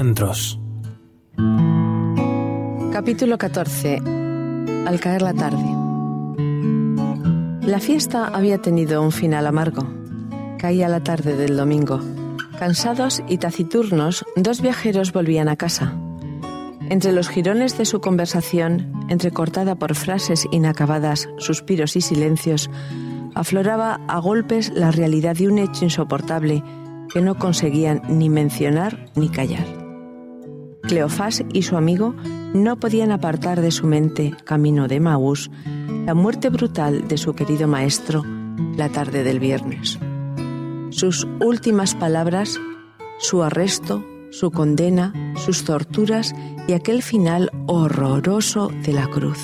encuentros. Capítulo 14. Al caer la tarde. La fiesta había tenido un final amargo. Caía la tarde del domingo. Cansados y taciturnos, dos viajeros volvían a casa. Entre los jirones de su conversación, entrecortada por frases inacabadas, suspiros y silencios, afloraba a golpes la realidad de un hecho insoportable que no conseguían ni mencionar ni callar. Cleofás y su amigo no podían apartar de su mente, camino de Emaús, la muerte brutal de su querido maestro la tarde del viernes. Sus últimas palabras, su arresto, su condena, sus torturas y aquel final horroroso de la cruz.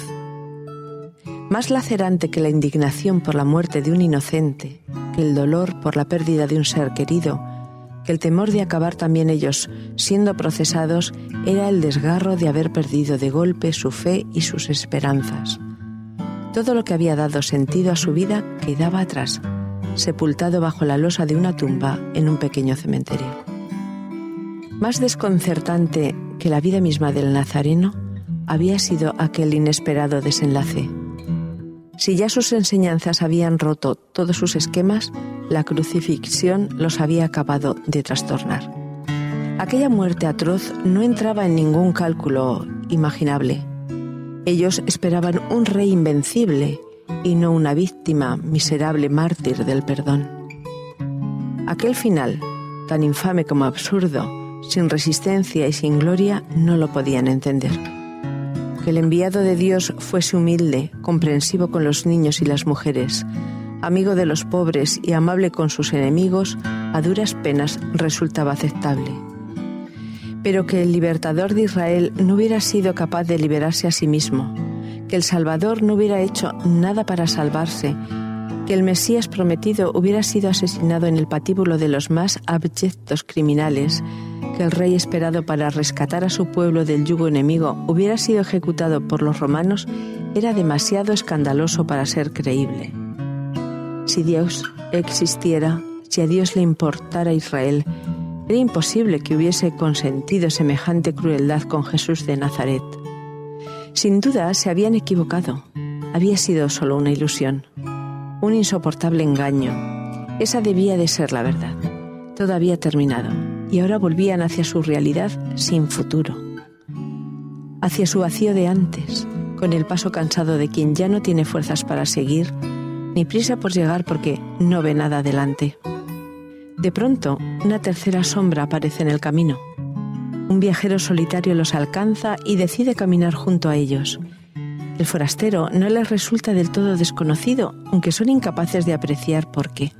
Más lacerante que la indignación por la muerte de un inocente, que el dolor por la pérdida de un ser querido, que el temor de acabar también ellos siendo procesados, era el desgarro de haber perdido de golpe su fe y sus esperanzas. Todo lo que había dado sentido a su vida quedaba atrás, sepultado bajo la losa de una tumba en un pequeño cementerio. Más desconcertante que la vida misma del Nazareno había sido aquel inesperado desenlace. Si ya sus enseñanzas habían roto todos sus esquemas, la crucifixión los había acabado de trastornar. Aquella muerte atroz no entraba en ningún cálculo imaginable. Ellos esperaban un rey invencible y no una víctima miserable mártir del perdón. Aquel final, tan infame como absurdo, sin resistencia y sin gloria, no lo podían entender. Que el enviado de Dios fuese humilde, comprensivo con los niños y las mujeres, amigo de los pobres y amable con sus enemigos, a duras penas resultaba aceptable. Pero que el libertador de Israel no hubiera sido capaz de liberarse a sí mismo, que el Salvador no hubiera hecho nada para salvarse, que el Mesías prometido hubiera sido asesinado en el patíbulo de los más abyectos criminales, que el rey esperado para rescatar a su pueblo del yugo enemigo hubiera sido ejecutado por los romanos, era demasiado escandaloso para ser creíble. Si Dios existiera, si a Dios le importara Israel, era imposible que hubiese consentido semejante crueldad con Jesús de Nazaret. Sin duda se habían equivocado. Había sido solo una ilusión, un insoportable engaño. Esa debía de ser la verdad. Todo había terminado y ahora volvían hacia su realidad sin futuro, hacia su vacío de antes, con el paso cansado de quien ya no tiene fuerzas para seguir, ni prisa por llegar porque no ve nada adelante. De pronto, una tercera sombra aparece en el camino. Un viajero solitario los alcanza y decide caminar junto a ellos. El forastero no les resulta del todo desconocido, aunque son incapaces de apreciar por qué.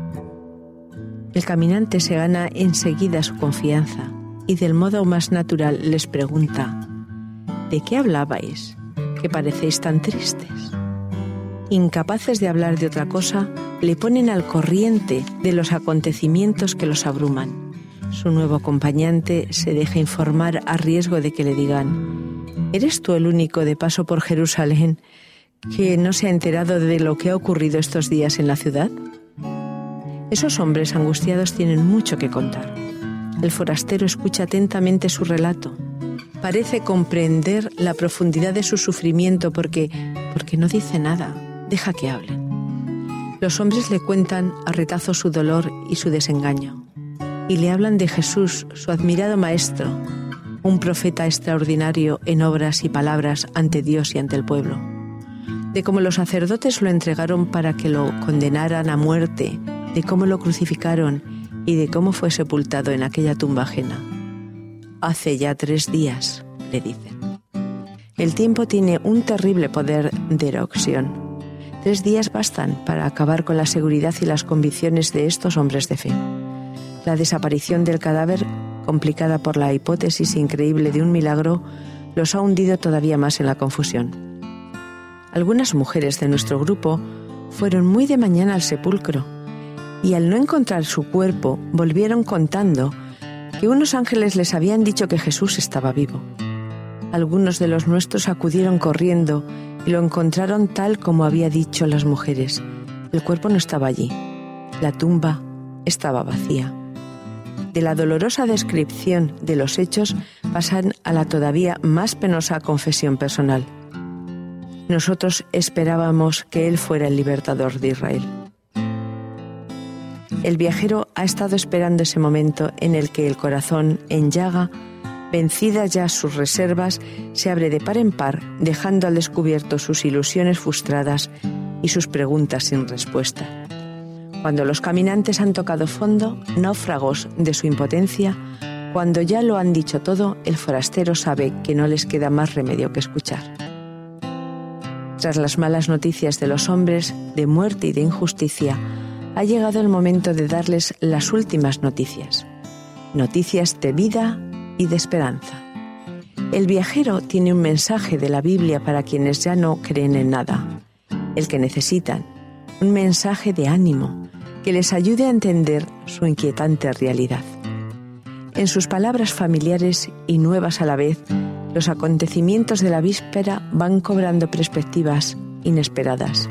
El caminante se gana enseguida su confianza y del modo más natural les pregunta: ¿de qué hablabais? ¿Que parecéis tan tristes? Incapaces de hablar de otra cosa, le ponen al corriente de los acontecimientos que los abruman. Su nuevo acompañante se deja informar a riesgo de que le digan: ¿eres tú el único de paso por Jerusalén que no se ha enterado de lo que ha ocurrido estos días en la ciudad? Esos hombres angustiados tienen mucho que contar. El forastero escucha atentamente su relato. Parece comprender la profundidad de su sufrimiento porque no dice nada. Deja que hablen. Los hombres le cuentan a retazos su dolor y su desengaño. Y le hablan de Jesús, su admirado maestro, un profeta extraordinario en obras y palabras ante Dios y ante el pueblo. De cómo los sacerdotes lo entregaron para que lo condenaran a muerte, de cómo lo crucificaron y de cómo fue sepultado en aquella tumba ajena. Hace ya 3 días, le dicen. El tiempo tiene un terrible poder de erosión. 3 días bastan para acabar con la seguridad y las convicciones de estos hombres de fe. La desaparición del cadáver, complicada por la hipótesis increíble de un milagro, los ha hundido todavía más en la confusión. Algunas mujeres de nuestro grupo fueron muy de mañana al sepulcro y al no encontrar su cuerpo volvieron contando que unos ángeles les habían dicho que Jesús estaba vivo. Algunos de los nuestros acudieron corriendo y lo encontraron tal como había dicho las mujeres. El cuerpo no estaba allí. La tumba estaba vacía. De la dolorosa descripción de los hechos pasan a la todavía más penosa confesión personal. Nosotros esperábamos que Él fuera el libertador de Israel. El viajero ha estado esperando ese momento en el que el corazón, en llaga, vencidas ya sus reservas, se abre de par en par, dejando al descubierto sus ilusiones frustradas y sus preguntas sin respuesta. Cuando los caminantes han tocado fondo, náufragos de su impotencia, cuando ya lo han dicho todo, el forastero sabe que no les queda más remedio que escuchar. Tras las malas noticias de los hombres, de muerte y de injusticia, ha llegado el momento de darles las últimas noticias. Noticias de vida y de esperanza. El viajero tiene un mensaje de la Biblia para quienes ya no creen en nada, el que necesitan, un mensaje de ánimo que les ayude a entender su inquietante realidad. En sus palabras familiares y nuevas a la vez, los acontecimientos de la víspera van cobrando perspectivas inesperadas.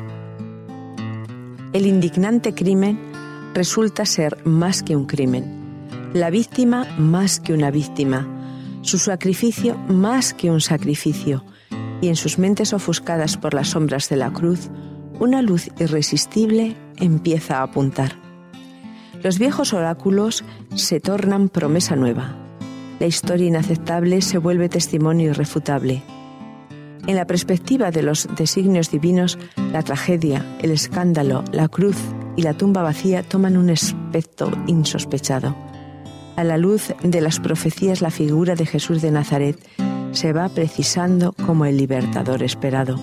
El indignante crimen resulta ser más que un crimen, la víctima más que una víctima, su sacrificio más que un sacrificio, y en sus mentes ofuscadas por las sombras de la cruz, una luz irresistible empieza a apuntar. Los viejos oráculos se tornan promesa nueva. La historia inaceptable se vuelve testimonio irrefutable. En la perspectiva de los designios divinos, la tragedia, el escándalo, la cruz y la tumba vacía toman un aspecto insospechado. A la luz de las profecías, la figura de Jesús de Nazaret se va precisando como el libertador esperado.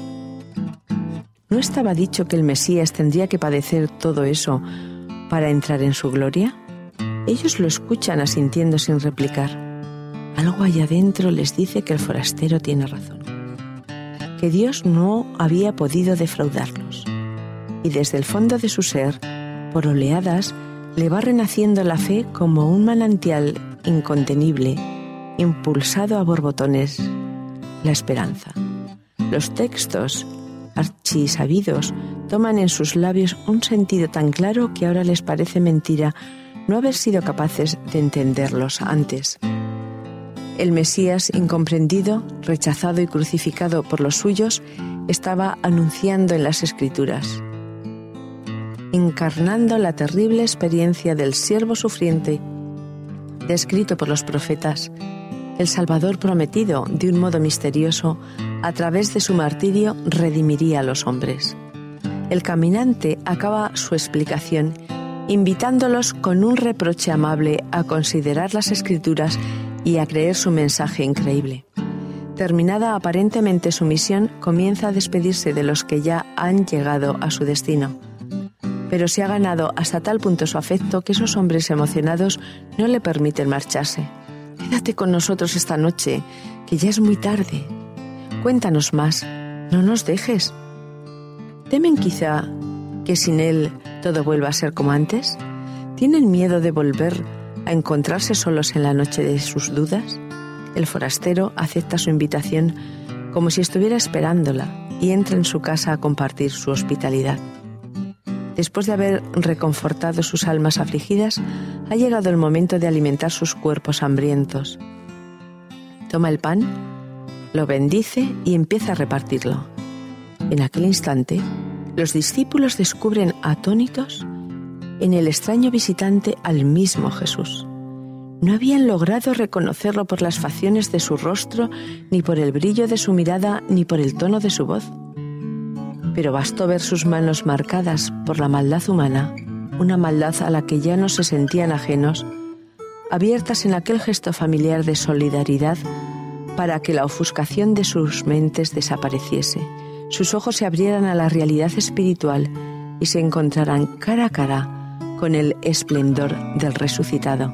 ¿No estaba dicho que el Mesías tendría que padecer todo eso para entrar en su gloria? Ellos lo escuchan asintiendo sin replicar. Algo allá adentro les dice que el forastero tiene razón, que Dios no había podido defraudarlos. Y desde el fondo de su ser, por oleadas, le va renaciendo la fe como un manantial incontenible, impulsado a borbotones, la esperanza. Los textos archisabidos toman en sus labios un sentido tan claro que ahora les parece mentira no haber sido capaces de entenderlos antes. El Mesías incomprendido, rechazado y crucificado por los suyos, estaba anunciando en las Escrituras, encarnando la terrible experiencia del siervo sufriente, descrito por los profetas, el Salvador prometido de un modo misterioso, a través de su martirio redimiría a los hombres. El caminante acaba su explicación invitándolos con un reproche amable a considerar las Escrituras y a creer su mensaje increíble. Terminada aparentemente su misión, comienza a despedirse de los que ya han llegado a su destino. Pero se ha ganado hasta tal punto su afecto que esos hombres emocionados no le permiten marcharse. Quédate con nosotros esta noche, que ya es muy tarde. Cuéntanos más, no nos dejes. ¿Temen quizá que sin él todo vuelva a ser como antes? ¿Tienen miedo de volver a encontrarse solos en la noche de sus dudas? El forastero acepta su invitación como si estuviera esperándola y entra en su casa a compartir su hospitalidad. Después de haber reconfortado sus almas afligidas, ha llegado el momento de alimentar sus cuerpos hambrientos. Toma el pan, lo bendice y empieza a repartirlo. En aquel instante, los discípulos descubren atónitos en el extraño visitante al mismo Jesús. No habían logrado reconocerlo por las facciones de su rostro, ni por el brillo de su mirada, ni por el tono de su voz. Pero bastó ver sus manos marcadas por la maldad humana, una maldad a la que ya no se sentían ajenos, abiertas en aquel gesto familiar de solidaridad para que la ofuscación de sus mentes desapareciese, sus ojos se abrieran a la realidad espiritual y se encontraran cara a cara con el esplendor del resucitado.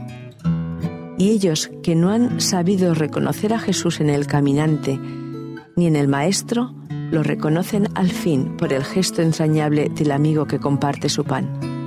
Y ellos que no han sabido reconocer a Jesús en el caminante ni en el Maestro, lo reconocen al fin por el gesto entrañable del amigo que comparte su pan.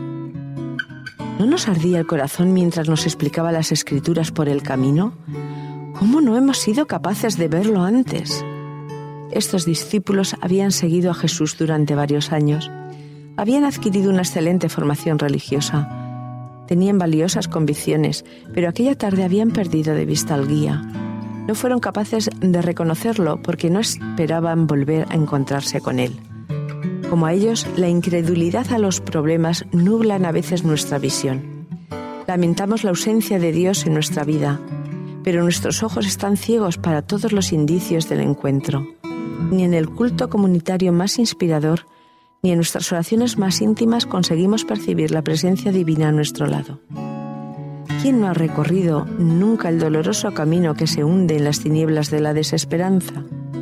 ¿No nos ardía el corazón mientras nos explicaba las Escrituras por el camino? ¿Cómo no hemos sido capaces de verlo antes? Estos discípulos habían seguido a Jesús durante varios años. Habían adquirido una excelente formación religiosa, Tenían valiosas convicciones, pero aquella tarde habían perdido de vista al guía. No fueron capaces de reconocerlo porque no esperaban volver a encontrarse con él. Como a ellos, la incredulidad a los problemas nublan a veces nuestra visión. Lamentamos la ausencia de Dios en nuestra vida, pero nuestros ojos están ciegos para todos los indicios del encuentro. Ni en el culto comunitario más inspirador, ni en nuestras oraciones más íntimas conseguimos percibir la presencia divina a nuestro lado. ¿Quién no ha recorrido nunca el doloroso camino que se hunde en las tinieblas de la desesperanza?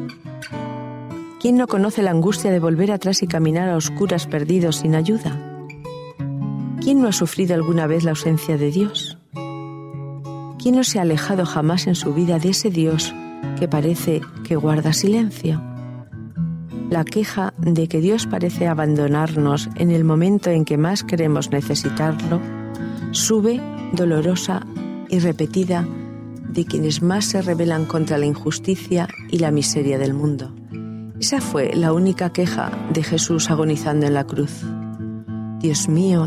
¿Quién no conoce la angustia de volver atrás y caminar a oscuras perdidos sin ayuda? ¿Quién no ha sufrido alguna vez la ausencia de Dios? ¿Quién no se ha alejado jamás en su vida de ese Dios que parece que guarda silencio? La queja de que Dios parece abandonarnos en el momento en que más queremos necesitarlo sube dolorosa y repetida de quienes más se rebelan contra la injusticia y la miseria del mundo. Esa fue la única queja de Jesús agonizando en la cruz. Dios mío,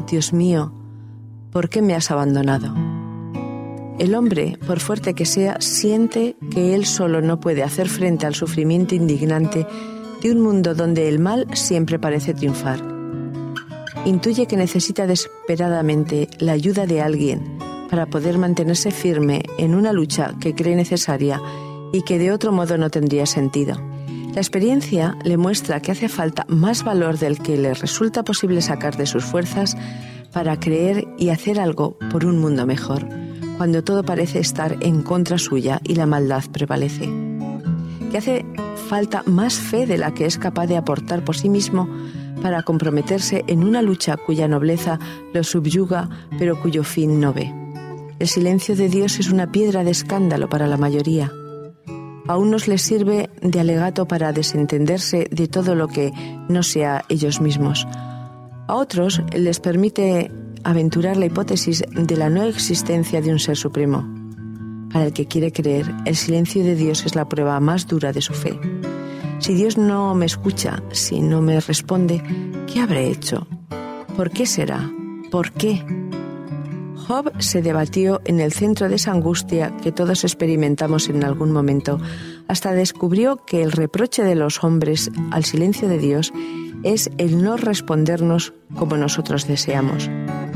¿por qué me has abandonado? El hombre, por fuerte que sea, siente que él solo no puede hacer frente al sufrimiento indignante de un mundo donde el mal siempre parece triunfar. Intuye que necesita desesperadamente la ayuda de alguien para poder mantenerse firme en una lucha que cree necesaria y que de otro modo no tendría sentido. La experiencia le muestra que hace falta más valor del que le resulta posible sacar de sus fuerzas para creer y hacer algo por un mundo mejor, cuando todo parece estar en contra suya y la maldad prevalece. Que hace falta más fe de la que es capaz de aportar por sí mismo para comprometerse en una lucha cuya nobleza lo subyuga, pero cuyo fin no ve. El silencio de Dios es una piedra de escándalo para la mayoría. A unos les sirve de alegato para desentenderse de todo lo que no sea ellos mismos. A otros les permite aventurar la hipótesis de la no existencia de un ser supremo. Para el que quiere creer, el silencio de Dios es la prueba más dura de su fe. Si Dios no me escucha, si no me responde, ¿qué habré hecho? ¿Por qué será? ¿Por qué? Job se debatió en el centro de esa angustia que todos experimentamos en algún momento, hasta descubrió que el reproche de los hombres al silencio de Dios es el no respondernos como nosotros deseamos.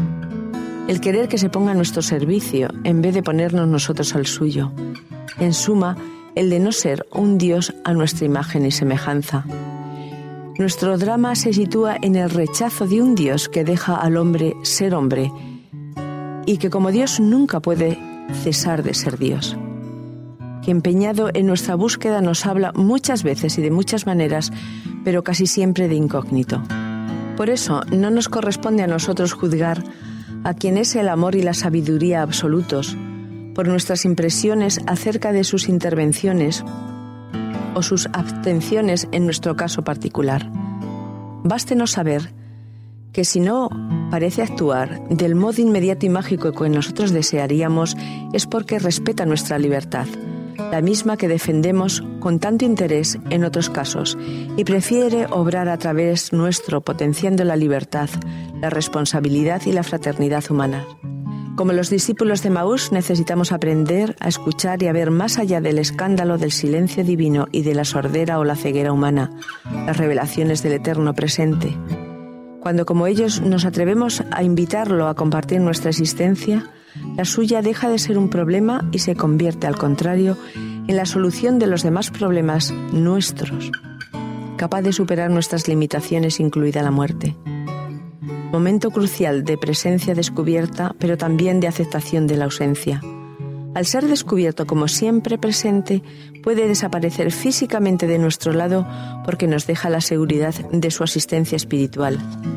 El querer que se ponga a nuestro servicio en vez de ponernos nosotros al suyo. En suma, el de no ser un Dios a nuestra imagen y semejanza. Nuestro drama se sitúa en el rechazo de un Dios que deja al hombre ser hombre y que como Dios nunca puede cesar de ser Dios. Que empeñado en nuestra búsqueda nos habla muchas veces y de muchas maneras, pero casi siempre de incógnito. Por eso no nos corresponde a nosotros juzgar a quien es el amor y la sabiduría absolutos, por nuestras impresiones acerca de sus intervenciones o sus abstenciones en nuestro caso particular. Bástenos saber que si no parece actuar del modo inmediato y mágico que nosotros desearíamos, es porque respeta nuestra libertad, la misma que defendemos con tanto interés en otros casos, y prefiere obrar a través nuestro, potenciando la libertad, la responsabilidad y la fraternidad humana. Como los discípulos de Maús, necesitamos aprender a escuchar y a ver más allá del escándalo del silencio divino y de la sordera o la ceguera humana, las revelaciones del eterno presente. Cuando, como ellos, nos atrevemos a invitarlo a compartir nuestra existencia, la suya deja de ser un problema y se convierte, al contrario, en la solución de los demás problemas nuestros, capaz de superar nuestras limitaciones, incluida la muerte. Momento crucial de presencia descubierta, pero también de aceptación de la ausencia. Al ser descubierto como siempre presente, puede desaparecer físicamente de nuestro lado porque nos deja la seguridad de su asistencia espiritual.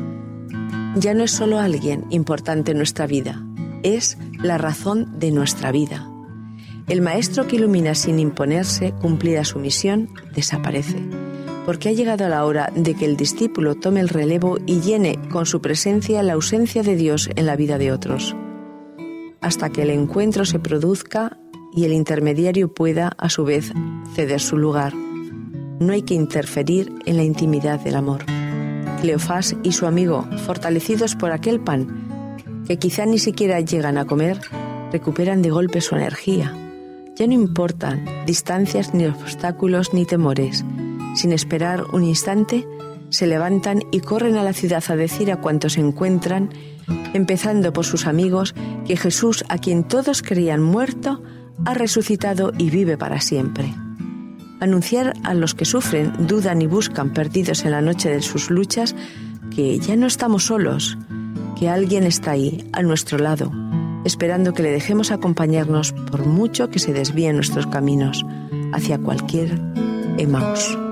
Ya no es solo alguien importante en nuestra vida, es la razón de nuestra vida. El maestro que ilumina sin imponerse, cumplida su misión, desaparece, porque ha llegado la hora de que el discípulo tome el relevo y llene con su presencia la ausencia de Dios en la vida de otros, hasta que el encuentro se produzca y el intermediario pueda, a su vez, ceder su lugar. No hay que interferir en la intimidad del amor. Cleofás y su amigo, fortalecidos por aquel pan, que quizá ni siquiera llegan a comer, recuperan de golpe su energía. Ya no importan distancias ni obstáculos ni temores. Sin esperar un instante, se levantan y corren a la ciudad a decir a cuantos se encuentran, empezando por sus amigos, que Jesús, a quien todos creían muerto, ha resucitado y vive para siempre. Anunciar a los que sufren, dudan y buscan perdidos en la noche de sus luchas que ya no estamos solos, que alguien está ahí, a nuestro lado, esperando que le dejemos acompañarnos por mucho que se desvíen nuestros caminos hacia cualquier Emaús.